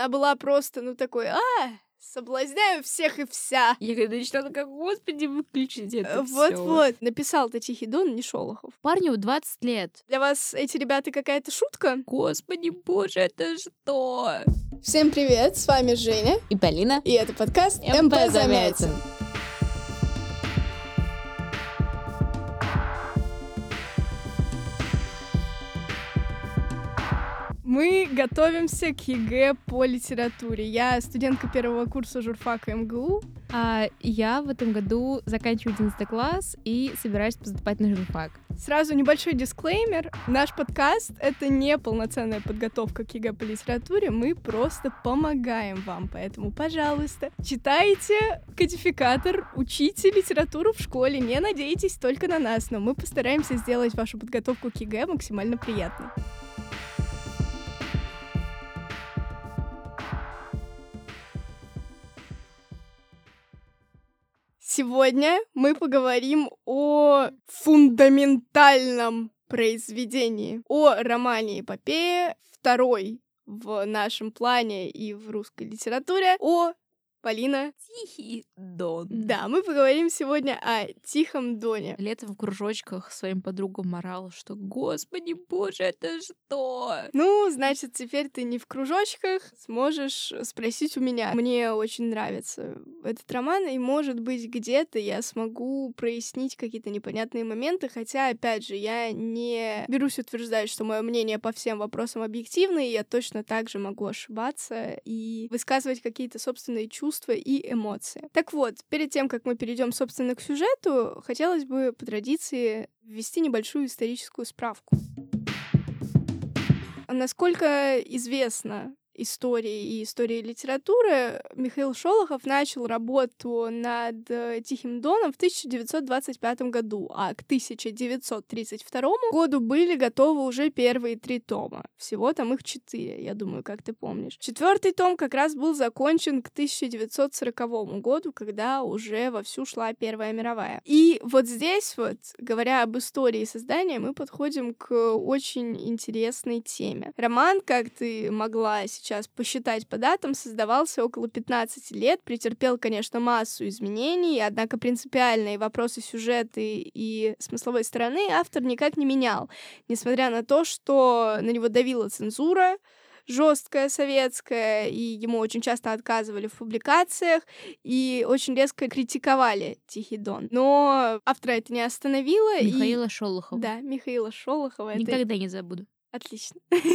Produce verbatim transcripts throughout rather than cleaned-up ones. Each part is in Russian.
Она была просто, ну, такой, а, соблазняю всех и вся. Я когда читала, как, господи, выключите это всё. Вот-вот. Написал-то Тихий Дон, не Шолохов. Парню двадцать лет. Для вас эти ребята какая-то шутка? Господи боже, это что? Всем привет, с вами Женя И Полина. и это подкаст эм пэ Замятин. Мы готовимся к ЕГЭ по литературе. Я студентка первого курса журфака эм гэ у. А я в этом году заканчиваю одиннадцатый класс и собираюсь поступать на журфак. Сразу небольшой дисклеймер. Наш подкаст — это не полноценная подготовка к ЕГЭ по литературе. Мы просто помогаем вам. Поэтому, пожалуйста, читайте кодификатор, учите литературу в школе. Не надейтесь только на нас, но мы постараемся сделать вашу подготовку к ЕГЭ максимально приятной. Сегодня мы поговорим о фундаментальном произведении, о романе-эпопее, второй в нашем плане и в русской литературе, о Полина. Тихий Дон. Да, мы поговорим сегодня о Тихом Доне. Летом в кружочках своим подругам орала, что «Господи боже, это что?» Ну, значит, теперь ты не в кружочках, сможешь спросить у меня. Мне очень нравится этот роман, и, может быть, где-то я смогу прояснить какие-то непонятные моменты, хотя, опять же, я не берусь утверждать, что мое мнение по всем вопросам объективно, и я точно так же могу ошибаться и высказывать какие-то собственные чувства и эмоции. Так вот, перед тем, как мы перейдем, собственно, к сюжету, хотелось бы по традиции ввести небольшую историческую справку. Насколько известно истории и истории литературы, Михаил Шолохов начал работу над Тихим Доном в тысяча девятьсот двадцать пятом году, а к тысяча девятьсот тридцать второму году были готовы уже первые три тома. Всего там их четыре, я думаю, как ты помнишь. Четвертый том как раз был закончен к тысяча девятьсот сороковому году, когда уже вовсю шла Первая мировая. И вот здесь вот, говоря об истории создания, мы подходим к очень интересной теме. Роман, как ты могла сейчас посчитать по датам, создавался около пятнадцати лет, претерпел, конечно, массу изменений, однако принципиальные вопросы сюжета и смысловой стороны автор никак не менял, несмотря на то, что на него давила цензура, жесткая, советская, и ему очень часто отказывали в публикациях и очень резко критиковали Тихий Дон. Но автора это не остановило. Михаила и... Шолохова. Да, Михаила Шолохова. Никогда это... не забуду. Отлично.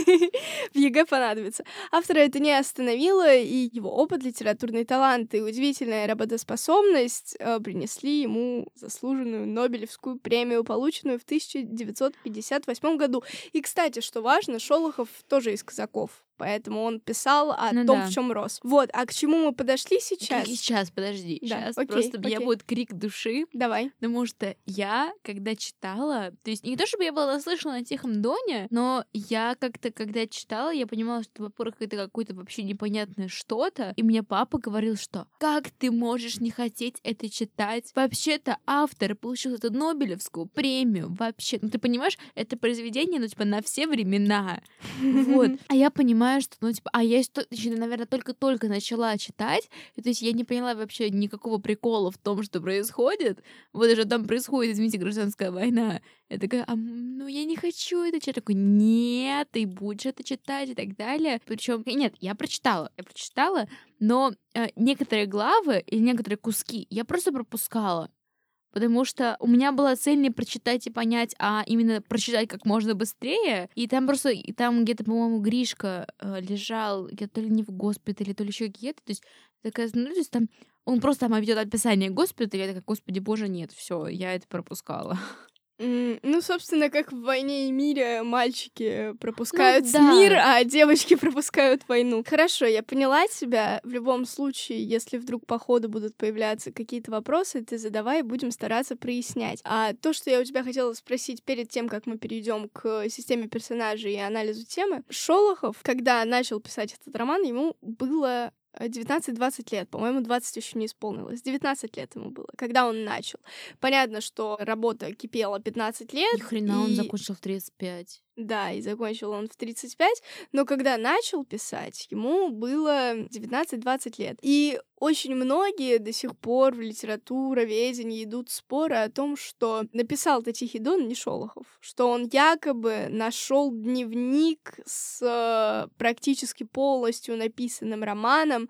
В ЕГЭ понадобится. Автора это не остановило, и его опыт, литературный талант и удивительная работоспособность э, принесли ему заслуженную Нобелевскую премию, полученную в тысяча девятьсот пятьдесят восьмом году. И, кстати, что важно, Шолохов тоже из казаков. Поэтому он писал о ну том, да. в чем рос. Вот, а к чему мы подошли сейчас? Сейчас, подожди. Да, сейчас окей, просто окей. я будет крик души. Давай. Потому что я, когда читала... То есть не то, чтобы я была наслышана о Тихом Доне, но я как-то, когда читала, я понимала, что, во-первых, это какое-то вообще непонятное что-то. И мне папа говорил, что «Как ты можешь не хотеть это читать? Вообще-то автор получил эту Нобелевскую премию. Вообще, ну ты понимаешь, это произведение, ну типа на все времена». Вот. А я понимаю, что, ну, типа, а я, еще, наверное, только-только начала читать, и, то есть я не поняла вообще никакого прикола в том, что происходит. Вот уже там происходит, извините, гражданская война. Я такая, а, ну, я не хочу это читать. Такой, нет, ты будешь это читать и так далее. Причем, нет, я прочитала, я прочитала, но э, некоторые главы или некоторые куски я просто пропускала. Потому что у меня была цель не прочитать и понять, а именно прочитать как можно быстрее. И там просто, и там где-то, по-моему, Гришка э, лежал где-то то ли не в госпитале, то ли еще где-то. То есть такая, ну, то есть там он просто там ведет описание госпиталя, я такая, господи боже, нет, все, я это пропускала. Mm, ну, собственно, как в «Войне и мире» мальчики пропускают ну, да. мир, а девочки пропускают войну. Хорошо, я поняла тебя. В любом случае, если вдруг по ходу будут появляться какие-то вопросы, ты задавай, будем стараться прояснять. А то, что я у тебя хотела спросить перед тем, как мы перейдем к системе персонажей и анализу темы, Шолохов, когда начал писать этот роман, ему было девятнадцать-двадцать лет, по-моему, двадцать еще не исполнилось. девятнадцать лет ему было, когда он начал. Понятно, что работа кипела пятнадцать лет. Ни хрена, и... он закончил в тридцать пять. Да, и закончил он в тридцать пять, но когда начал писать, ему было девятнадцать-двадцать лет. И очень многие до сих пор в литературоведении идут споры о том, что написал-то Тихий Дон не Шолохов, что он якобы нашел дневник с э, практически полностью написанным романом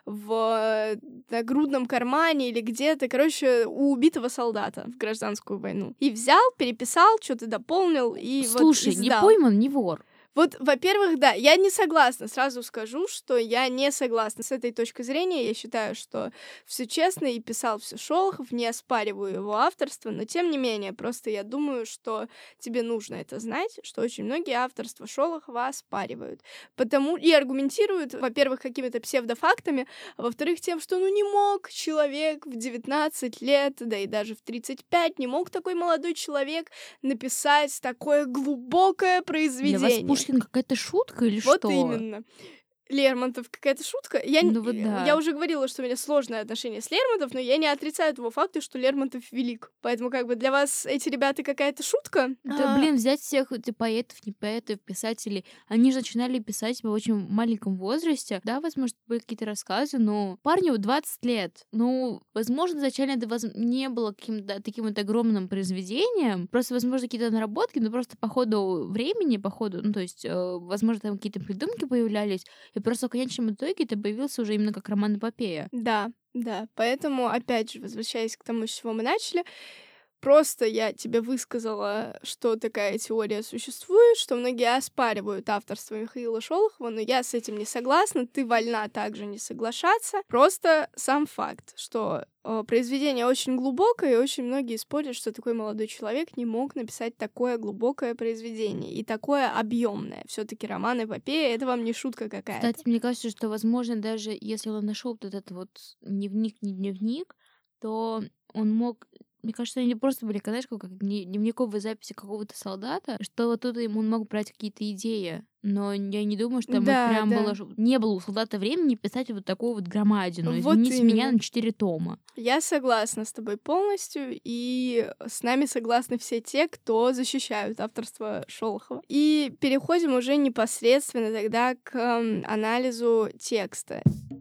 в нагрудном кармане или где-то, короче, у убитого солдата в гражданскую войну. И взял, переписал, что-то дополнил и Слушай, вот не издал. пойман, не вор. Вот, во-первых, да, я не согласна, сразу скажу, что я не согласна с этой точки зрения. Я считаю, что все честно и писал все Шолохов, не оспариваю его авторство, но тем не менее, просто я думаю, что тебе нужно это знать, что очень многие авторства Шолохова оспаривают. Потому и аргументируют, во-первых, какими-то псевдофактами, а во-вторых, тем, что ну не мог человек в девятнадцать лет, да и даже в тридцать пять, не мог такой молодой человек написать такое глубокое произведение. Для вас Пушкин какая-то шутка или Вот что? именно. Лермонтов какая-то шутка. Я, Ну вот да. я уже говорила, что у меня сложное отношение с Лермонтов, но я не отрицаю того факта, что Лермонтов велик. Поэтому как бы для вас эти ребята какая-то шутка. Да, А, блин, взять всех эти поэтов, не поэтов, писателей. Они же начинали писать в очень маленьком возрасте. Да, возможно, были какие-то рассказы, но парню двадцать лет. Ну, возможно, изначально это воз... не было каким-то таким вот огромным произведением. Просто, возможно, какие-то наработки, но просто по ходу времени, по ходу, ну, то есть, э, возможно, там какие-то придумки появлялись, и просто в конечном итоге это появился уже именно как роман-эпопея. Да, да. Поэтому, опять же, возвращаясь к тому, с чего мы начали, просто я тебе высказала, что такая теория существует, что многие оспаривают авторство Михаила Шолохова, но я с этим не согласна, ты вольна также не соглашаться. Просто сам факт, что э, произведение очень глубокое, и очень многие спорят, что такой молодой человек не мог написать такое глубокое произведение и такое объемное. Все-таки роман-эпопея — это вам не шутка какая-то. Кстати, мне кажется, что, возможно, даже если он нашел вот этот вот дневник, не дневник, то он мог... Мне кажется, они просто были, знаешь, как дневниковые записи какого-то солдата, что вот тут ему он мог брать какие-то идеи. Но я не думаю, что там Да, прям да. было... Не было у солдата времени писать вот такую вот громадину. Вот Извините меня, именно. на четыре тома. Я согласна с тобой полностью, и с нами согласны все те, кто защищают авторство Шолохова. И переходим уже непосредственно тогда к м, анализу текста.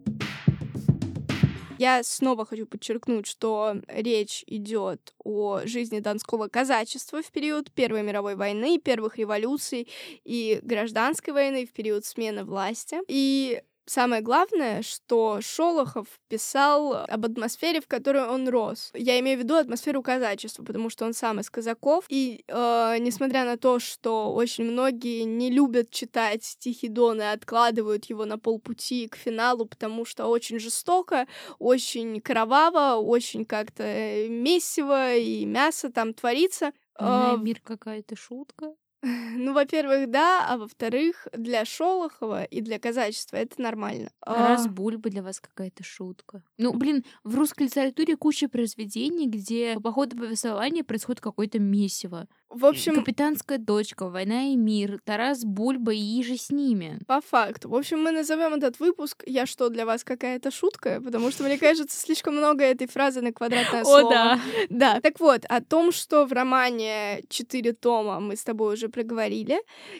Я снова хочу подчеркнуть, что речь идет о жизни донского казачества в период Первой мировой войны, первых революций и гражданской войны в период смены власти. И самое главное, что Шолохов писал об атмосфере, в которой он рос. Я имею в виду атмосферу казачества, потому что он сам из казаков. И э, несмотря на то, что очень многие не любят читать Тихий Дон и откладывают его на полпути к финалу, потому что очень жестоко, очень кроваво, очень как-то месиво и мясо там творится. Иная Э, мир какая-то шутка. Ну, во-первых, да, а во-вторых, для Шолохова и для казачества это нормально. А раз А, бульба для вас какая-то шутка. Ну, блин, в русской литературе куча произведений, где по ходу повествования происходит какое-то месиво. В общем, «Капитанская дочка», «Война и мир», «Тарас Бульба» и же с ними. по факту. В общем, мы назовем этот выпуск «Я что, для вас какая-то шутка?» Потому что, мне кажется, слишком много этой фразы на квадратное слово. Да. Так вот, о том, что в романе четыре тома мы с тобой уже проговорили,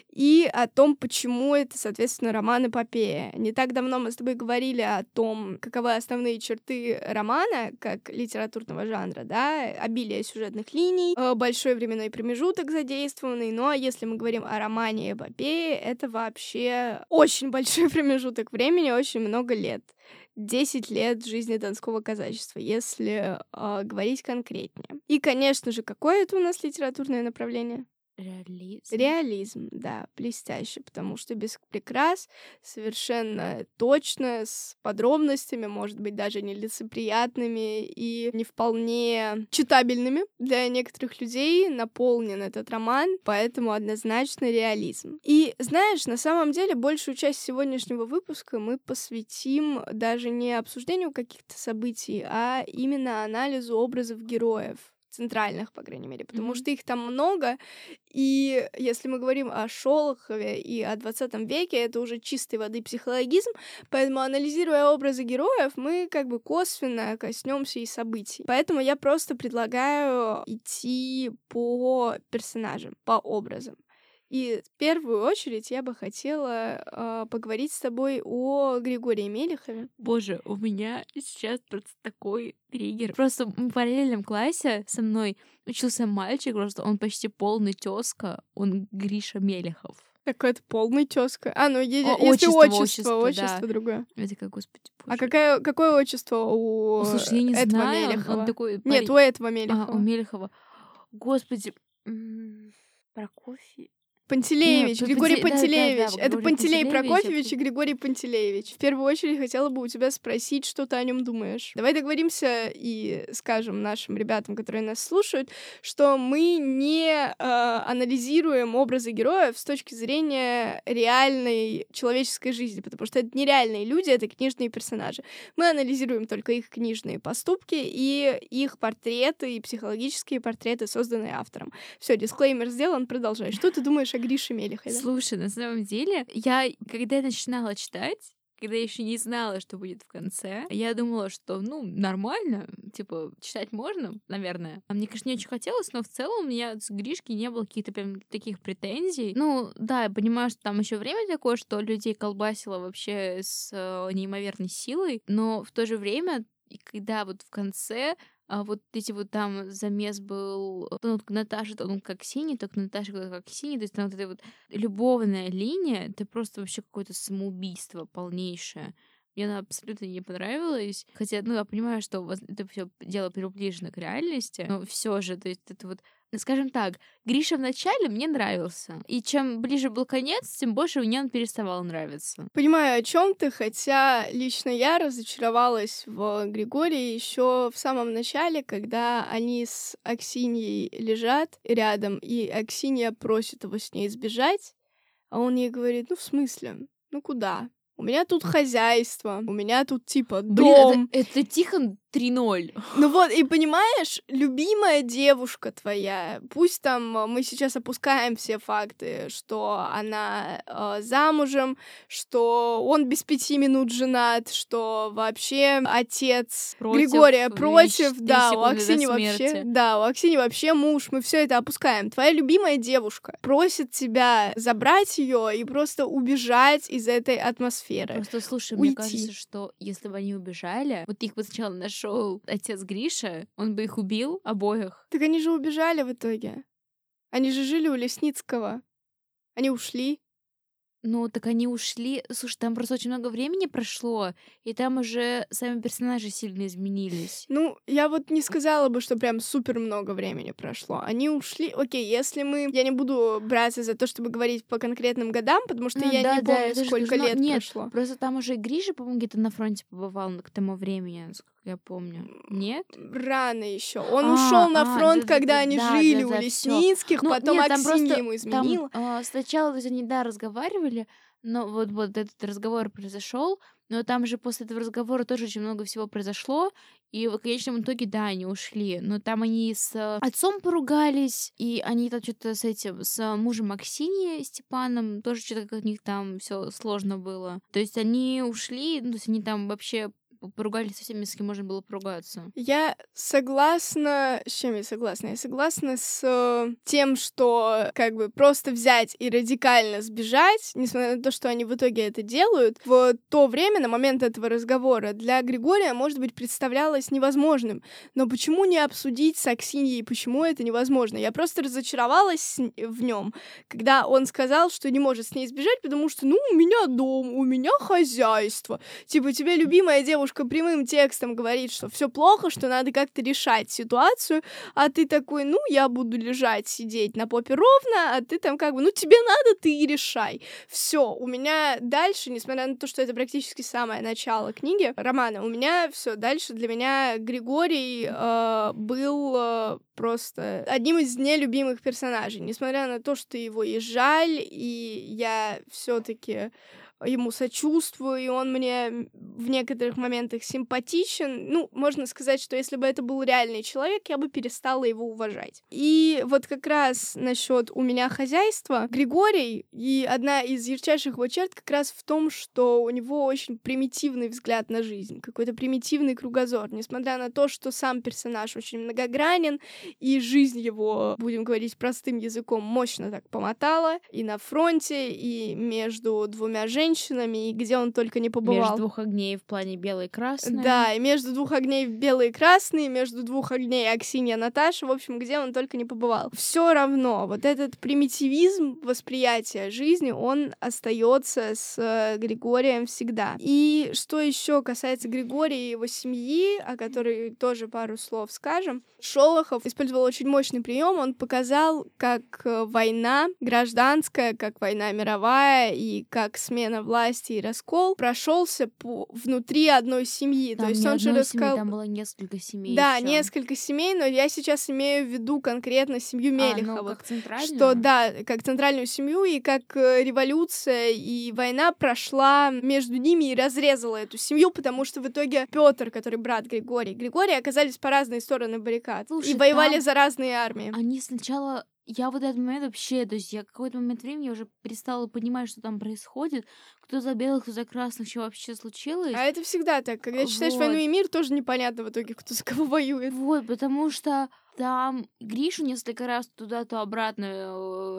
и о том, почему это, соответственно, роман-эпопея. Не так давно мы с тобой говорили о том, каковы основные черты романа, как литературного жанра, да, обилие сюжетных линий, э, большой временной промежуток задействованный, ну а если мы говорим о романе и эпопее, это вообще очень большой промежуток времени, очень много лет. Десять лет жизни донского казачества, если э, говорить конкретнее. И, конечно же, какое это у нас литературное направление? Реализм. Реализм, да, блестяще, потому что без прикрас, совершенно точно, с подробностями, может быть, даже нелицеприятными и не вполне читабельными для некоторых людей, наполнен этот роман, поэтому однозначно реализм. И, знаешь, на самом деле, большую часть сегодняшнего выпуска мы посвятим даже не обсуждению каких-то событий, а именно анализу образов героев. Центральных, по крайней мере, потому mm-hmm. что их там много, и если мы говорим о Шолохове и о двадцатом веке, это уже чистой воды психологизм, поэтому, анализируя образы героев, мы как бы косвенно коснемся и событий. Поэтому я просто предлагаю идти по персонажам, по образам. И в первую очередь я бы хотела э, поговорить с тобой о Григории Мелехове. Боже, у меня сейчас просто такой триггер. Просто в параллельном классе со мной учился мальчик, просто он почти полный тёзка, он Гриша Мелехов. Какая-то полная тёзка. А, ну, е- О, если отчество, отчество, отчество, отчество, да. другое. Это как, господи, боже. А какая, какое отчество у О, слушай, я не этого знаю, Мелехова? он такой Нет, парень. у этого А, Мелехова. у Мелехова. Господи, м, Прокофий. Пантелеевич, Нет, Григорий Панте- да, да, да, Пантелеевич. Это Григорий Пантелей Пантелеевич, Прокофьевич это- и Григорий Пантелеевич. В первую очередь хотела бы у тебя спросить, что ты о нем думаешь. Давай договоримся и скажем нашим ребятам, которые нас слушают, что мы не э, анализируем образы героев с точки зрения реальной человеческой жизни, потому что это нереальные люди, это книжные персонажи. Мы анализируем только их книжные поступки и их портреты, и психологические портреты, созданные автором. Все, дисклеймер сделан, продолжай. Что ты думаешь о Грише Мелехове? Слушай, на самом деле, я, когда я начинала читать, когда я еще не знала, что будет в конце, я думала, что, ну, нормально, типа, читать можно, наверное. А мне, конечно, не очень хотелось, но в целом у меня с Гришки не было каких-то прям таких претензий. Ну, да, я понимаю, что там еще время такое, что людей колбасило вообще с э, неимоверной силой, но в то же время, и когда вот в конце а вот эти вот там замес был, то к Наташе, то он как Ксении, то к Наташе, то как Ксении, то есть там вот эта вот любовная линия, это просто вообще какое-то самоубийство полнейшее. Мне она абсолютно не понравилась. Хотя, ну, я понимаю, что воз- это все дело приближено к реальности, но все же, то есть это вот, скажем так, Гриша в начале мне нравился. И чем ближе был конец, тем больше мне он переставал нравиться. Понимаю, о чем ты, хотя лично я разочаровалась в Григории еще в самом начале, когда они с Аксиньей лежат рядом, и Аксинья просит его с ней сбежать, а он ей говорит: ну, в смысле? Ну, куда? У меня тут хозяйство, у меня тут, типа, дом. Блин, это, это Тихон три ноль. Ну вот, и понимаешь, любимая девушка твоя, пусть там э, мы сейчас опускаем все факты, что она э, замужем, что он без пяти минут женат, что вообще отец Против, Григория и против, три да, у секунды до Аксиньи вообще, смерти. да, у Аксиньи вообще муж, мы все это опускаем. Твоя любимая девушка просит тебя забрать ее и просто убежать из этой атмосферы. Просто, слушай, Уйти. мне кажется, что если бы они убежали, вот их бы сначала нашел отец Гриша, он бы их убил обоих. Так они же убежали в итоге. Они же жили у Лесницкого. Они ушли. Ну, так они ушли. Слушай, там просто очень много времени прошло, и там уже сами персонажи сильно изменились. Ну, я вот не сказала бы, что прям супер много времени прошло. Они ушли. Окей, если мы... Я не буду браться за то, чтобы говорить по конкретным годам, потому что Ну я да, не да, помню, это же сколько должно- лет Нет, прошло. просто там уже и Гриша, по-моему, где-то на фронте побывал к тому времени, насколько я помню. Нет? Рано еще. Он А, ушел на а, фронт, да-да-да, когда они да, жили да-да, у всё. Лесницких, Ну, потом нет, там Аксинья просто- ему Там изменила. а, сначала то есть, они, да, разговаривали, но вот, вот этот разговор произошел, но там же после этого разговора тоже очень много всего произошло, и в конечном итоге, да, они ушли, но там они с э, отцом поругались, и они там что-то с этим, с мужем Аксиньи, Степаном, тоже что-то как у них там все сложно было. То есть они ушли, ну, то есть они там вообще поругались со всеми, с кем можно было поругаться. Я согласна... С чем я согласна? Я согласна с э, тем, что как бы просто взять и радикально сбежать, несмотря на то, что они в итоге это делают, в то время, на момент этого разговора, для Григория, может быть, представлялось невозможным. Но почему не обсудить с Аксиньей, почему это невозможно? Я просто разочаровалась с- в нем, когда он сказал, что не может с ней сбежать, потому что, ну, у меня дом, у меня хозяйство. Типа, тебе любимая девушка прямым текстом говорит, что все плохо, что надо как-то решать ситуацию, а ты такой: ну, я буду лежать, сидеть на попе ровно, а ты там как бы, ну, тебе надо, ты и решай. Все, у меня дальше, несмотря на то, что это практически самое начало книги, романа, у меня все дальше для меня Григорий э, был э, просто одним из нелюбимых персонажей, несмотря на то, что его и жаль, и я все-таки ему сочувствую, и он мне в некоторых моментах симпатичен. Ну, можно сказать, что если бы это был реальный человек, я бы перестала его уважать. И вот как раз насчет «У меня хозяйство» Григорий, и одна из ярчайших его черт как раз в том, что у него очень примитивный взгляд на жизнь, какой-то примитивный кругозор, несмотря на то, что сам персонаж очень многогранен, и жизнь его, будем говорить простым языком, мощно так помотала, и на фронте, и между двумя женщинами, и где он только не побывал. Между двух огней в плане белый и красный. Да, и между двух огней белый и красный, между двух огней Аксинья, Наташа, в общем, где он только не побывал. Все равно вот этот примитивизм восприятия жизни, он остается с Григорием всегда. И что еще касается Григория и его семьи, о которой тоже пару слов скажем, Шолохов использовал очень мощный прием. Он показал, как война гражданская, как война мировая и как смена власти и раскол прошелся по... внутри одной семьи. Там То есть не он же одной рассказал... семьи, там было несколько семей. Да, ещё. несколько семей, но я сейчас имею в виду конкретно семью Мелеховых. А, ну, как центральную? Что, да, как центральную семью, и как революция и война прошла между ними и разрезала эту семью, потому что в итоге Петр, который брат Григорий, Григорий оказались по разные стороны баррикад. Слушай, и воевали там за разные армии. Они сначала... Я вот этот момент вообще, то есть я какой-то момент времени уже перестала понимать, что там происходит, кто за белых, кто за красных, что вообще случилось. А это всегда так. Когда читаешь Вот. «Войну и мир», тоже непонятно в итоге, кто за кого воюет. Вот, потому что там Гришу несколько раз туда, то обратно э,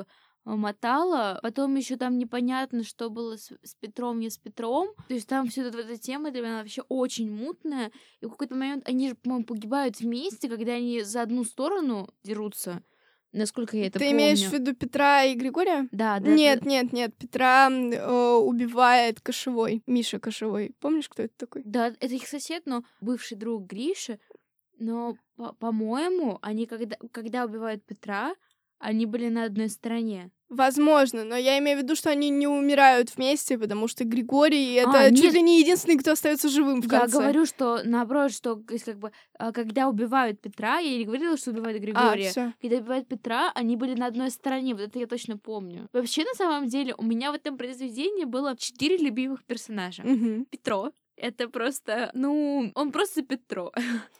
мотала, потом еще там непонятно, что было с, с Петром, не с Петром, то есть там вся эта, эта тема для меня вообще очень мутная, и в какой-то момент они же, по-моему, погибают вместе, когда они за одну сторону дерутся. Насколько я это Ты помню. имеешь в виду Петра и Григория? Да, да. Нет, да. нет, нет. Петра э, убивает Кошевой. Миша Кошевой. Помнишь, кто это такой? Да, это их сосед, но бывший друг Гриши. Но, по- по-моему, они когда, когда убивают Петра, они были на одной стороне. Возможно, но я имею в виду, что они не умирают вместе, потому что Григорий это А, чуть нет. ли не единственный, кто остается живым в Я конце. говорю, что наоборот, что то есть, как бы, а, когда убивают Петра, я не говорила, что убивают Григория. А, всё. Когда убивают Петра, они были на одной стороне. Вот это я точно помню. Вообще, на самом деле, у меня в этом произведении было четыре любимых персонажа. Мгм. Петро. Это просто, ну, он просто Петро.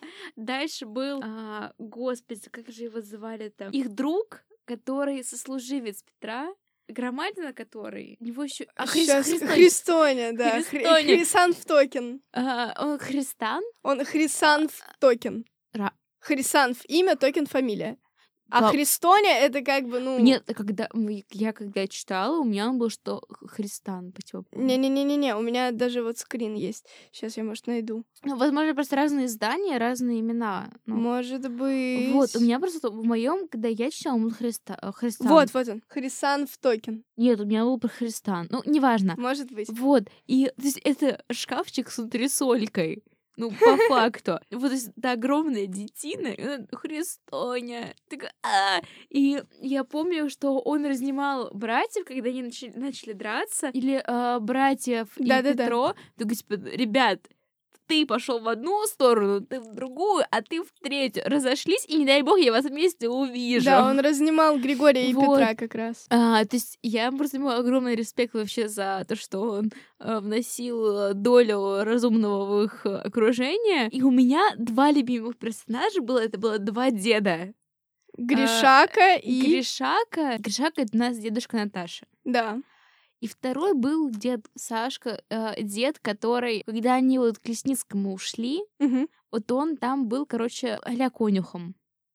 Дальше был, а, господи, как же его звали-то? Их друг, который сослуживец Петра, громадина который, у него еще... А, Хрис- Щас- Христоня. Христоня, да. Хри- Христоня. Хрисанф Токен. А, он Христан? Он Хрисанф Токен. Ра- Хрисанф имя, Токен фамилия. А Да. Христоня это как бы, ну... Нет, когда м, я когда читала, у меня он был, что Христан по типу. Не-не-не-не-не, у меня даже вот скрин есть. Сейчас я, может, найду. Ну, возможно, просто разные издания, разные имена. Ну, Может быть. вот, у меня просто в моем, когда я читала, он был Христа, э, Христан. Вот, вот он. Хрисанф Токен. Нет, у меня был про Христан. Ну, неважно. Может быть. Вот. И то есть, это шкафчик с антресолькой. Ну, по факту. Вот эта огромная детина, и она, Христоня. Такая, а И я помню, что он разнимал братьев, когда они начали, начали драться, или э, братьев и Да-да-да. Петро. Такой, типа, ребят, ты пошел в одну сторону, ты в другую, а ты в третью. Разошлись, и не дай бог, я вас вместе увижу. Да, он разнимал Григория и Вот. Петра как раз. А, то есть я просто ему огромный респект вообще за то, что он э, вносил э, долю разумного в их э, окружение. И у меня два любимых персонажа было, это было два деда. Гришака и... Гришака. Гришака — это у нас дедушка Наташа. Да. И второй был дед Сашка, э, дед, который, когда они вот к Лесницкому ушли, Мгм. вот он там был, короче, а-ля конюхом.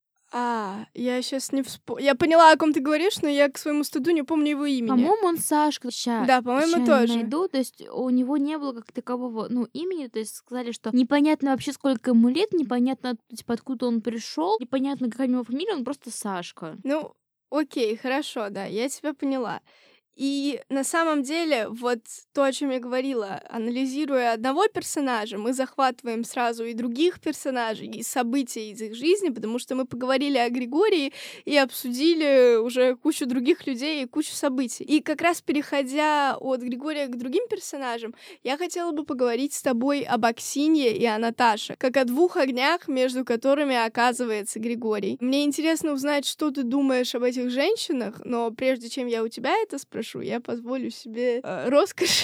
А, я сейчас не вспомню. Я поняла, о ком ты говоришь, но я к своему стыду не помню его имени. По-моему, он Сашка. Ща, Да, по-моему, ща тоже. найду. То есть у него не было как такового, ну, имени. То есть сказали, что непонятно вообще, сколько ему лет, непонятно, типа, откуда он пришел, непонятно, какая у него фамилия, он просто Сашка. Ну, окей, хорошо, да, я тебя поняла. И на самом деле, вот то, о чем я говорила, анализируя одного персонажа, мы захватываем сразу и других персонажей, и события из их жизни, потому что мы поговорили о Григории и обсудили уже кучу других людей и кучу событий. И как раз переходя от Григория к другим персонажам, я хотела бы поговорить с тобой об Аксинье и о Наташе, как о двух огнях, между которыми оказывается Григорий. Мне интересно узнать, что ты думаешь об этих женщинах, но прежде чем я у тебя это спрошу, я позволю себе э, роскошь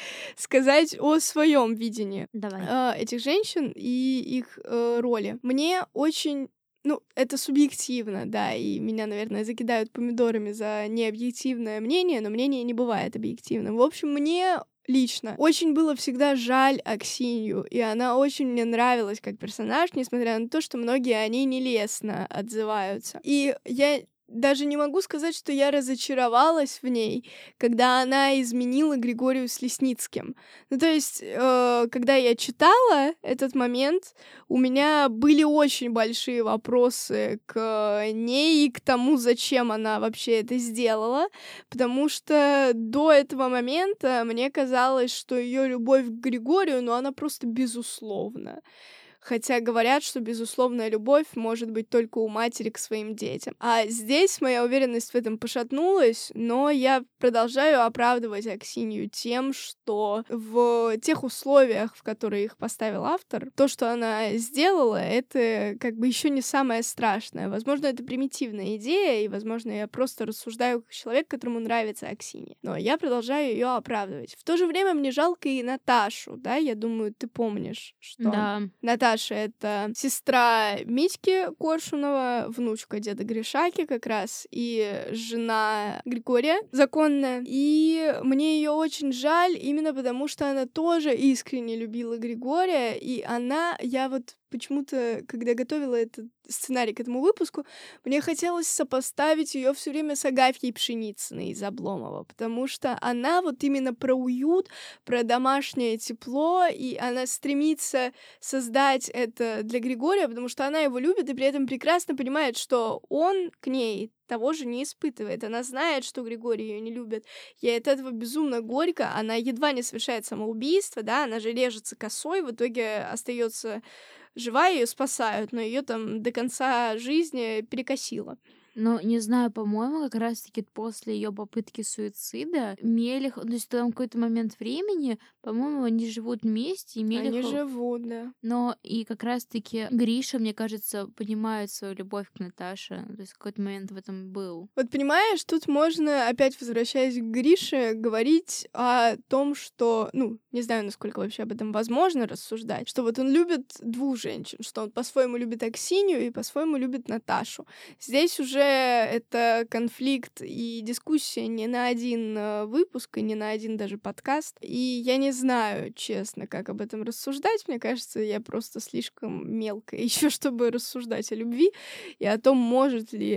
сказать о своем видении Давай. э, этих женщин и их э, роли. Мне очень ну, это субъективно, да, и меня, наверное, закидают помидорами за необъективное мнение, но мнение не бывает объективным. В общем, мне лично очень было всегда жаль Аксинью, и она очень мне нравилась как персонаж, несмотря на то, что многие о ней нелестно отзываются. И я даже не могу сказать, что я разочаровалась в ней, когда она изменила Григорию с Лесницким. Ну, то есть, э, когда я читала этот момент, у меня были очень большие вопросы к ней и к тому, зачем она вообще это сделала, потому что до этого момента мне казалось, что ее любовь к Григорию, ну, она просто безусловна. Хотя говорят, что безусловная любовь может быть только у матери к своим детям. А здесь моя уверенность в этом пошатнулась, но я продолжаю оправдывать Аксинью тем, что в тех условиях, в которые их поставил автор, то, что она сделала, это как бы еще не самое страшное. Возможно, это примитивная идея, и, возможно, я просто рассуждаю как человек, которому нравится Аксинья. Но я продолжаю ее оправдывать. В то же время мне жалко и Наташу, да, я думаю, ты помнишь, что Да. Наташа — это сестра Митьки Коршунова, внучка деда Гришаки как раз, и жена Григория законная. И мне ее очень жаль, именно потому что она тоже искренне любила Григория, и она, я вот почему-то, когда готовила этот сценарий к этому выпуску, мне хотелось сопоставить ее все время с Агафьей Пшеницыной из Обломова, потому что она вот именно про уют, про домашнее тепло, и она стремится создать это для Григория, потому что она его любит и при этом прекрасно понимает, что он к ней того же не испытывает. Она знает, что Григорий ее не любит. Ей от этого безумно горько. Она едва не совершает самоубийство, да, она же режется косой, в итоге остается жива, ее спасают, но ее там до конца жизни перекосило. Но не знаю, по-моему, как раз-таки после ее попытки суицида Мелехов, то есть там какой-то момент времени, по-моему, они живут вместе, и Мелехов... Они живут, да. Но и как раз-таки Гриша, мне кажется, понимает свою любовь к Наташе. То есть какой-то момент в этом был. Вот понимаешь, тут можно, опять возвращаясь к Грише, говорить о том, что, ну, не знаю, насколько вообще об этом возможно рассуждать, что вот он любит двух женщин, что он по-своему любит Аксинью и по-своему любит Наташу. Здесь уже это конфликт и дискуссия не на один э, выпуск и не на один даже подкаст. И я не знаю, честно, как об этом рассуждать. Мне кажется, я просто слишком мелкая еще, чтобы рассуждать о любви и о том, может ли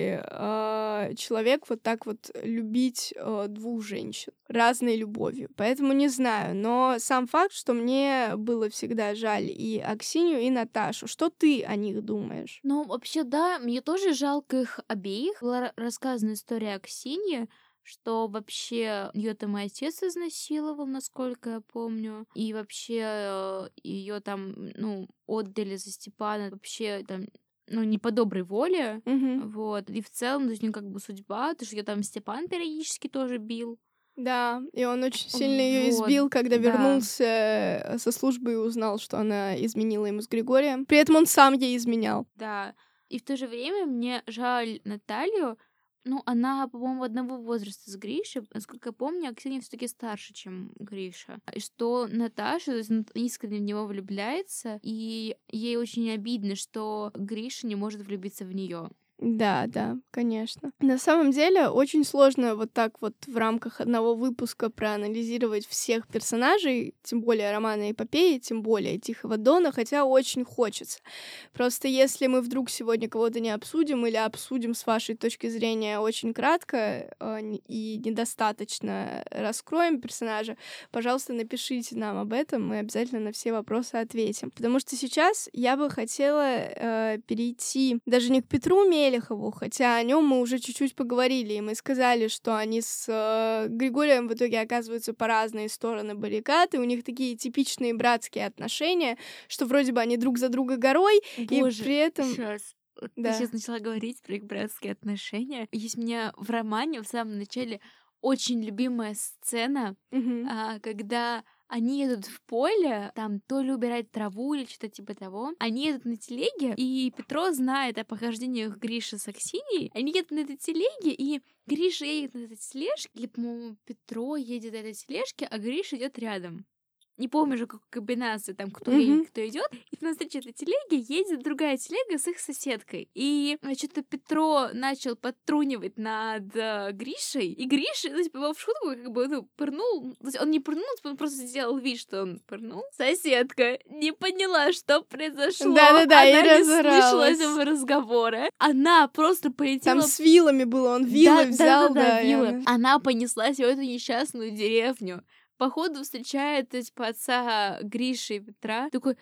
э, человек вот так вот любить э, двух женщин разной любовью. Поэтому не знаю. Но сам факт, что мне было всегда жаль и Аксинью, и Наташу. Что ты о них думаешь? Ну, вообще, да, мне тоже жалко их обеих. Была рассказана история Аксиньи, что вообще ее там и отец изнасиловал, насколько я помню, и вообще ее там, ну, отдали за Степана вообще там, ну, не по доброй воле, Угу. вот, и в целом, то есть, ну, как бы судьба, то, что ее там Степан периодически тоже бил. Да, и он очень сильно ее Вот, избил, когда да. вернулся со службы и узнал, что она изменила ему с Григорием. При этом он сам ей изменял. Да, и в то же время мне жаль Наталью. Ну, она, по-моему, одного возраста с Гришей. Насколько я помню, Аксинья все-таки старше, чем Гриша. И что Наташа, то есть, искренне в него влюбляется, и ей очень обидно, что Гриша не может влюбиться в нее. Да, да, конечно. На самом деле очень сложно вот так вот в рамках одного выпуска проанализировать всех персонажей, тем более романа эпопеи, тем более Тихого Дона, хотя очень хочется. Просто если мы вдруг сегодня кого-то не обсудим или обсудим с вашей точки зрения очень кратко э, и недостаточно раскроем персонажа, пожалуйста, напишите нам об этом, мы обязательно на все вопросы ответим. Потому что сейчас я бы хотела э, перейти даже не к Петру Мелехову, хотя о нем мы уже чуть-чуть поговорили, и мы сказали, что они с э, Григорием в итоге оказываются по разные стороны баррикад, и у них такие типичные братские отношения, что вроде бы они друг за друга горой, Боже, и при этом... Сейчас. Да. Ты сейчас начала говорить про их братские отношения. Есть у меня в романе в самом начале очень любимая сцена, Мгм. а, когда они едут в поле, там то ли убирать траву или что-то типа того. Они едут на телеге, и Петро знает о похождениях Гриши с Аксиньей. Они едут на этой телеге, и Гриша едет на этой тележке, или, по-моему, Петро едет на этой тележке, а Гриша идет рядом. Не помню же, какой комбинация, там, кто Мгм. едет, кто идет. И на встрече этой телеги едет другая телега с их соседкой. И что-то Петро начал подтрунивать над э, Гришей. И Гриша, ну, типа, его в шутку как бы, ну, пырнул. То есть он не пырнул, типа, он просто сделал вид, что он пырнул. Соседка не поняла, что произошло. Да-да-да, и Она не разоралась. слышала этого разговора. Она просто полетела... Там с вилами было, он вилы Да, взял, да-да-да, да, и вилы. она- Она понеслась в эту несчастную деревню. Походу встречает, то есть, по отца Гриши и Петра. Такой,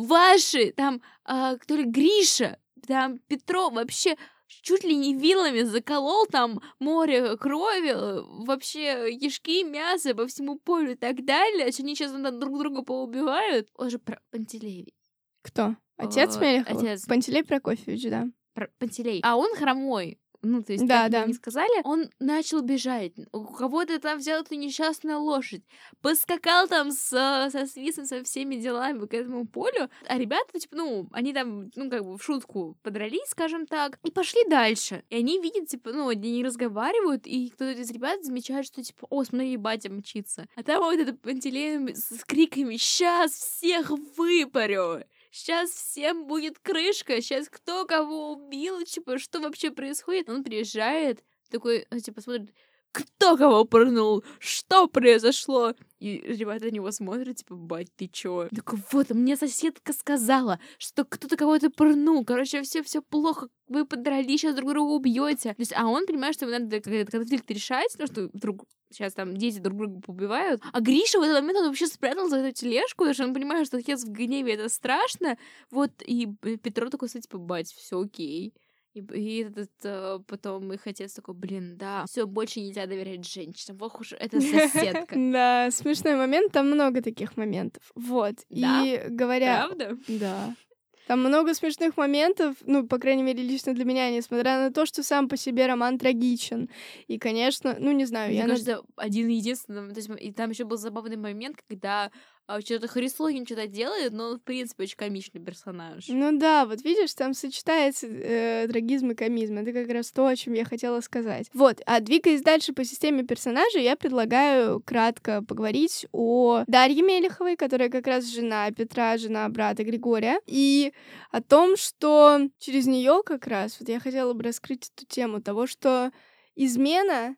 ваши, там, а, кто ли, Гриша, там, Петро вообще чуть ли не вилами заколол там море крови, э, вообще кишки, мясо по всему полю и так далее. Что они сейчас там друг друга поубивают. Он же про Пантелеевич. Кто? Отец Э, Мелехова? отец. Пантелей Прокофьевич, да. Про Пантелей. А он хромой. Ну, то есть, Да, как да. мне не сказали, он начал бежать. У кого-то там взял эту несчастную лошадь. Поскакал там с, со свистом, со всеми делами к этому полю. А ребята, типа, ну, они там, ну, как бы в шутку подрались, скажем так, и пошли дальше. И они видят, типа, ну, они разговаривают, и кто-то из ребят замечает, что, типа, о, смотри, батя мчится. А там вот этот Пантелей с криками «Сейчас всех выпарю!» Сейчас всем будет крышка, сейчас кто кого убил, типа, что вообще происходит? Он приезжает, такой, ну, типа, смотрит, кто кого пырнул, что произошло? И ребята на него смотрят, типа, бать, ты чё? Такой, вот, мне соседка сказала, что кто-то кого-то пырнул, короче, все все плохо, вы подрались, сейчас друг друга убьете. То есть, а он понимает, что ему надо этот конфликт решать, ну, что вдруг сейчас там дети друг друга побивают. А Гриша в этот момент, он вообще спрятал за эту тележку, потому что он понимает, что отец в гневе, это страшно. Вот, и Петро такой, кстати, типа, бать, все окей. И, и этот э, потом их отец такой, блин, да, все, больше нельзя доверять женщинам. Ох уж эта соседка. Да, смешной момент, там много таких моментов. Вот. Да? И говоря... Правда? Да. Там много смешных моментов, ну, по крайней мере, лично для меня, несмотря на то, что сам по себе роман трагичен. И, конечно, ну, не знаю, Мне я... кажется, один единственный, то есть, и там еще был забавный момент, когда а, что-то Хрислогин что-то делает, но он, в принципе, очень комичный персонаж. Ну да, вот видишь, там сочетается э, трагизм и комизм. Это как раз то, о чем я хотела сказать. Вот, а двигаясь дальше по системе персонажей, я предлагаю кратко поговорить о Дарье Мелеховой, которая как раз жена Петра, жена брата Григория, и о том, что через нее как раз, вот я хотела бы раскрыть эту тему того, что измена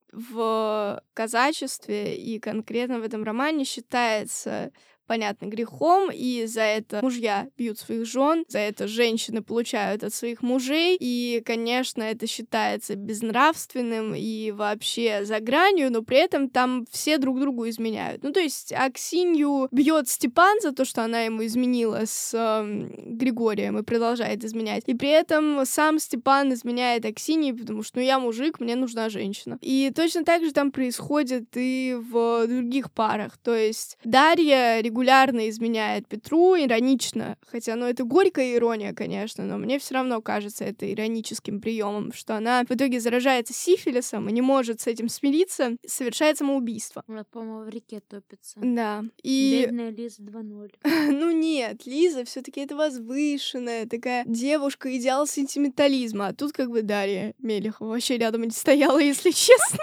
в казачестве и конкретно в этом романе считается, понятно, грехом, и за это мужья бьют своих жен, за это женщины получают от своих мужей, и, конечно, это считается безнравственным и вообще за гранью, но при этом там все друг другу изменяют. Ну, то есть Аксинью бьет Степан за то, что она ему изменила с э, Григорием и продолжает изменять, и при этом сам Степан изменяет Аксинье, потому что, ну, я мужик, мне нужна женщина. И точно так же там происходит и в других парах, то есть Дарья регулярно изменяет Петру, иронично, хотя, ну, это горькая ирония, конечно, но мне все равно кажется это ироническим приемом, что она в итоге заражается сифилисом и не может с этим смириться, совершает самоубийство. Она, по-моему, в реке топится. Да. И... Бедная Лиза два ноль. Ну нет, Лиза все таки это возвышенная такая девушка, идеал сентиментализма, а тут как бы Дарья Мелехова вообще рядом не стояла, если честно.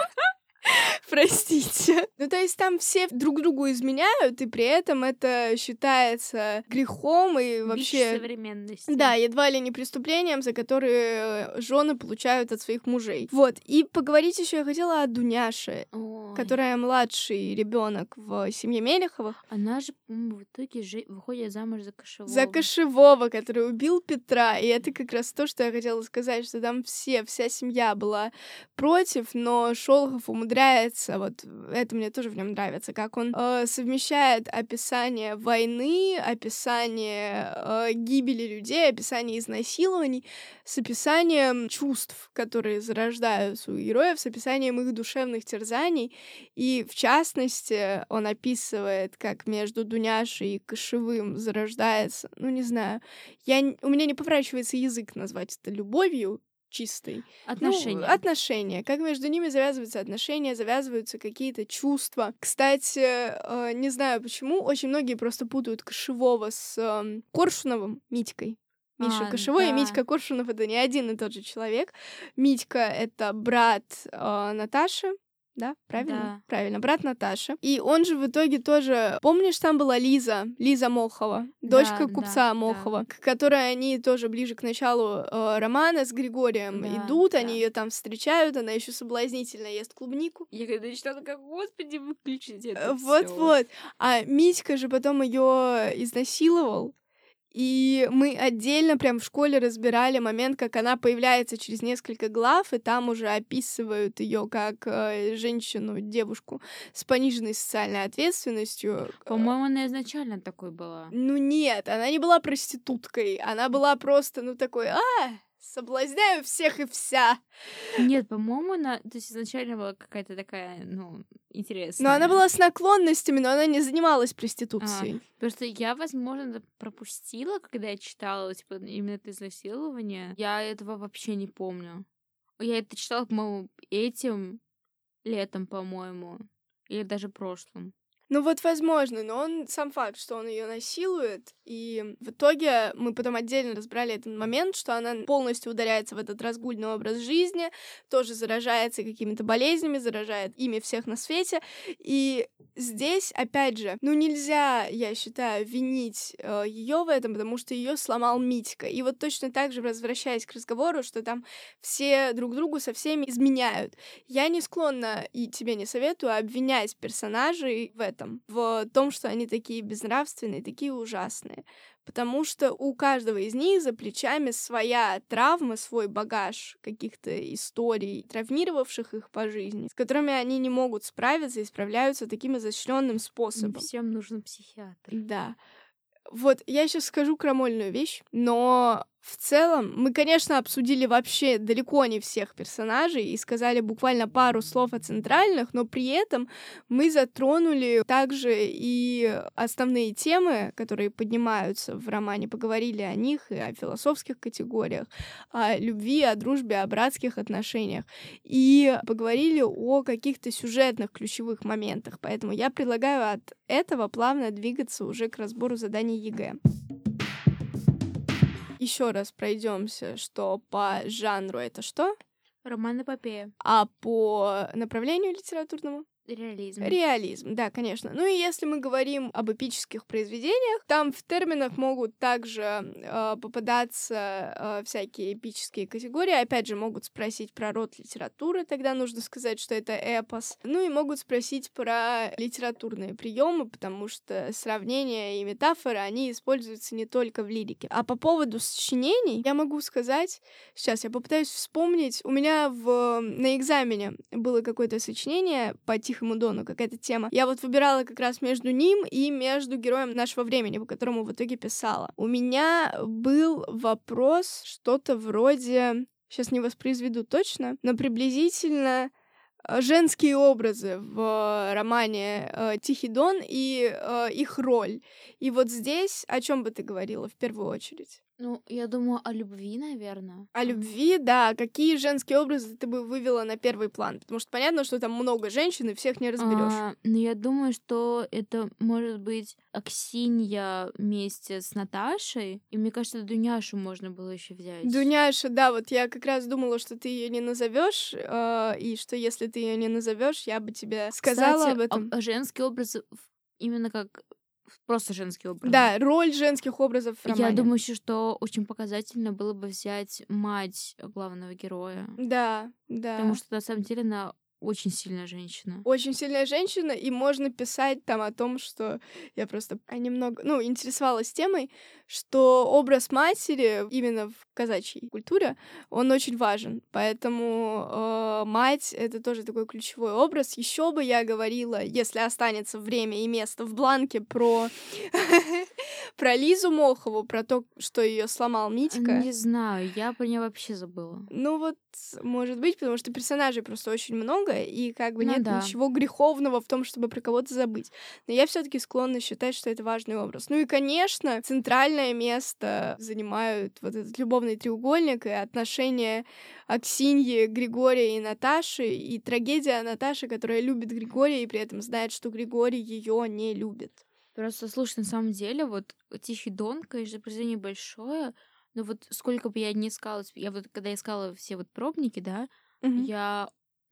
Простите. Ну, то есть там все друг другу изменяют, и при этом это считается грехом и вообще... Бич современности. Да, едва ли не преступлением, за которые жены получают от своих мужей. Вот. И поговорить еще я хотела о Дуняше, Ой. которая младший ребенок в семье Мелеховых. Она же, по-моему, в итоге жи- выходит замуж за Кошевого. За Кошевого, который убил Петра. И это как раз то, что я хотела сказать, что там все, вся семья была против, но Шолохов умудряется, вот это мне тоже в нем нравится, как он э, совмещает описание войны, описание э, гибели людей, описание изнасилований с описанием чувств, которые зарождаются у героев, с описанием их душевных терзаний. И, в частности, он описывает, как между Дуняшей и Кошевым зарождается, ну, не знаю, я, у меня не поворачивается язык назвать это любовью, чистой. Отношения. Ну, отношения. Как между ними завязываются отношения, завязываются какие-то чувства. Кстати, э, не знаю почему, очень многие просто путают Кошевого с э, Коршуновым, Митькой. Миша А, Кошевой и да. Митька Коршунов — это не один и тот же человек. Митька — это брат э, Наташи. Да, правильно? Да. Правильно, брат Наташи. И он же в итоге тоже... Помнишь, там была Лиза, Лиза Мохова, дочка Да, купца да, Мохова, к которой они тоже ближе к началу э, романа с Григорием Да, идут, да. они ее там встречают, она еще соблазнительно ест клубнику. Я когда читала, как, господи, выключите Э, это всё. Вот-вот. А Митька же потом ее изнасиловал. И мы отдельно прям в школе разбирали момент, как она появляется через несколько глав, и там уже описывают ее как э, женщину, девушку с пониженной социальной ответственностью. По-моему, она изначально такой была. Ну нет, она не была проституткой, она была просто, ну такой, а, соблазняю всех и вся. Нет, по-моему, она... То есть изначально была какая-то такая, ну, интересная. Но она была с наклонностями, но она не занималась А, проституцией. просто я, возможно, это пропустила, когда я читала, типа, именно это изнасилование. Я этого вообще не помню. Я это читала, по-моему, этим летом, по-моему. Или даже прошлым. Ну вот возможно, но он сам факт, что он ее насилует, и в итоге мы потом отдельно разбрали этот момент, что она полностью ударяется в этот разгульный образ жизни, тоже заражается какими-то болезнями, заражает ими всех на свете, и здесь, опять же, ну нельзя, я считаю, винить э, ее в этом, потому что ее сломал Митька, и вот точно так же, возвращаясь к разговору, что там все друг другу со всеми изменяют, я не склонна и тебе не советую обвинять персонажей в этом, в том, что они такие безнравственные, такие ужасные. Потому что у каждого из них за плечами своя травма, свой багаж каких-то историй, травмировавших их по жизни, с которыми они не могут справиться и справляются таким изощренным способом. Всем нужен психиатр. Да. Вот, я сейчас скажу крамольную вещь, но в целом мы, конечно, обсудили вообще далеко не всех персонажей и сказали буквально пару слов о центральных, но при этом мы затронули также и основные темы, которые поднимаются в романе, поговорили о них и о философских категориях, о любви, о дружбе, о братских отношениях, и поговорили о каких-то сюжетных ключевых моментах, поэтому я предлагаю от этого плавно двигаться уже к разбору заданий ЕГЭ. Еще раз пройдемся, что по жанру это что? Роман-эпопея. А по направлению литературному? Реализм. Реализм, да, конечно. Ну и если мы говорим об эпических произведениях, там в терминах могут также э, попадаться э, всякие эпические категории. Опять же, могут спросить про род литературы, тогда нужно сказать, что это эпос. Ну и могут спросить про литературные приемы, потому что сравнения и метафоры, они используются не только в лирике. А по поводу сочинений, я могу сказать, сейчас я попытаюсь вспомнить, у меня в, на экзамене было какое-то сочинение по Тихому Дону, какая-то тема. Я вот выбирала как раз между ним и между героем нашего времени, по которому в итоге писала. У меня был вопрос что-то вроде... Сейчас не воспроизведу точно, но приблизительно женские образы в романе э, «Тихий Дон» и э, их роль. И вот здесь о чем бы ты говорила в первую очередь? Ну, я думаю, о любви, наверное. О любви, да. Какие женские образы ты бы вывела на первый план? Потому что понятно, что там много женщин, и всех не разберешь. А, но я думаю, что это может быть Аксинья вместе с Наташей. И мне кажется, Дуняшу можно было еще взять. Дуняша, да, вот я как раз думала, что ты ее не назовешь, э, и что если ты ее не назовешь, я бы тебе сказала Кстати, об этом. а- женский образ в- именно как просто женский образ. Да, роль женских образов в романе. Я думаю еще, что очень показательно было бы взять мать главного героя. Да, да. Потому что на самом деле она очень сильная женщина. Очень сильная женщина, и можно писать там о том, что я просто немного, ну, интересовалась темой, что образ матери именно в казачьей культуре, он очень важен. Поэтому э, мать — это тоже такой ключевой образ. Еще бы я говорила, если останется время и место в бланке, про, Про Лизу Мохову, про то, что ее сломал Митька. Не знаю, я про нее вообще забыла. Ну вот, может быть, потому что персонажей просто очень много, и как бы Ну нет да. ничего греховного в том, чтобы про кого-то забыть. Но я все-таки склонна считать, что это важный образ. Ну и, конечно, центральное место занимают вот этот любовный треугольник и отношения Аксиньи, Григория и Наташи, и трагедия Наташи, которая любит Григория и при этом знает, что Григорий ее не любит. Просто, слушай, на самом деле, вот «Тихий Дон», конечно, произведение большое, но вот сколько бы я ни искала, я вот когда искала все вот пробники, да, Мгм. я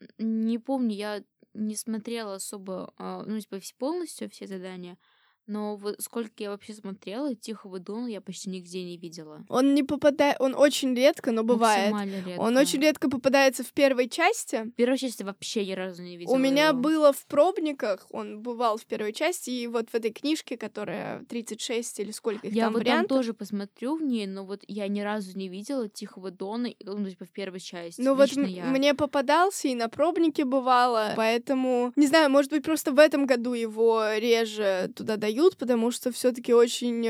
не помню, я не смотрела особо, а, ну, типа, вс- полностью все задания, но вот сколько я вообще смотрела, «Тихого Дона» я почти нигде не видела. Он не попадает, он очень редко, но бывает. Максимально редко. Он очень редко попадается в первой части. В первой части вообще ни разу не видела У меня его. было в пробниках, он бывал в первой части, и вот в этой книжке, которая тридцать шесть или сколько их Я там вот там вариантов. тоже посмотрю в ней, но вот я ни разу не видела «Тихого Дона», ну, типа, в первой части. Ну вот Лично м- я. мне попадался и на пробнике бывало, поэтому, не знаю, может быть, просто в этом году его реже туда дают, потому что все-таки очень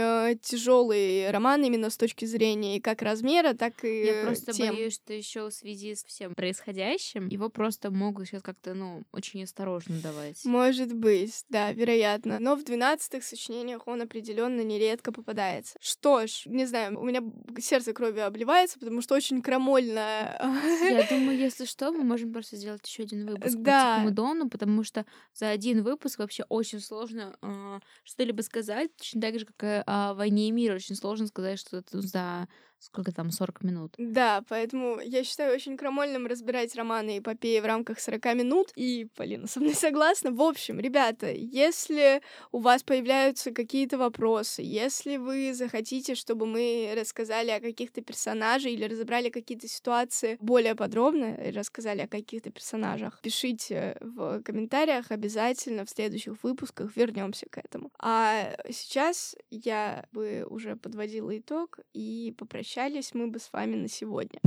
тяжелый роман именно с точки зрения и как размера, так и Я просто тем. боюсь, что еще в связи с всем происходящим его просто могут сейчас как-то, ну, очень осторожно давать. Может быть, да, вероятно. Но в двенадцатых сочинениях он определенно нередко попадается. Что ж, не знаю, у меня сердце кровью обливается, потому что очень крамольно. Я думаю, если что, мы можем просто сделать еще один выпуск по Да. «Тихому Дону», потому что за один выпуск вообще очень сложно э, что-либо сказать, точно так же, как и о «Войне и мире». Очень сложно сказать что-то за сколько там, сорок минут. Да, поэтому я считаю очень крамольным разбирать романы и эпопеи в рамках сорока минут. И Полина со мной согласна. В общем, ребята, если у вас появляются какие-то вопросы, если вы захотите, чтобы мы рассказали о каких-то персонажах или разобрали какие-то ситуации более подробно, и рассказали о каких-то персонажах, пишите в комментариях, обязательно в следующих выпусках вернемся к этому. А сейчас я бы уже подводила итог и попрощалась мы бы с вами на сегодня.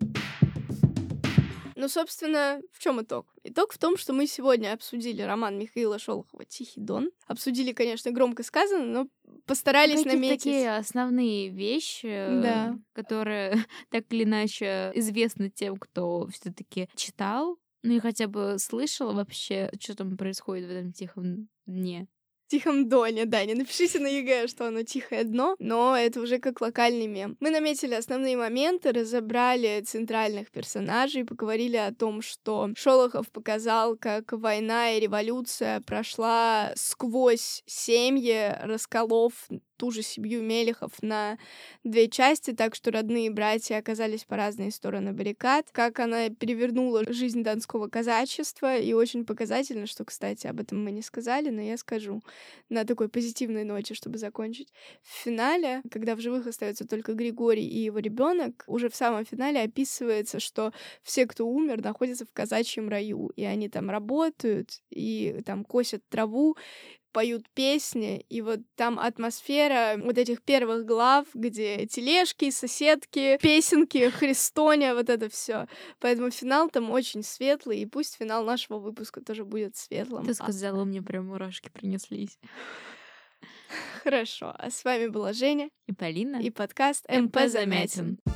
Ну, собственно, в чем итог? Итог в том, что мы сегодня обсудили роман Михаила Шолохова «Тихий Дон». Обсудили, конечно, громко сказано, но постарались Какие-то наметить. такие основные вещи, Да. э, которые так или иначе известны тем, кто все-таки читал, ну и хотя бы слышал вообще, что там происходит в этом тихом дне. В Тихом Доне, да, не напишите на ЕГЭ, что оно тихое дно, но это уже как локальный мем. Мы наметили основные моменты, разобрали центральных персонажей, поговорили о том, что Шолохов показал, как война и революция прошла сквозь семьи, расколов ту же семью Мелехов на две части, так что родные братья оказались по разные стороны баррикад, как она перевернула жизнь донского казачества, и очень показательно, что, кстати, об этом мы не сказали, но я скажу на такой позитивной ноте, чтобы закончить. В финале, когда в живых остается только Григорий и его ребенок, уже в самом финале описывается, что все, кто умер, находятся в казачьем раю, и они там работают, и там косят траву, поют песни, и вот там атмосфера вот этих первых глав, где тележки, соседки, песенки, Христоня, вот это все. Поэтому финал там очень светлый, и пусть финал нашего выпуска тоже будет светлым. Ты сказала, у меня прям мурашки принеслись. Хорошо. А с вами была Женя И Полина. и подкаст МП Замятин.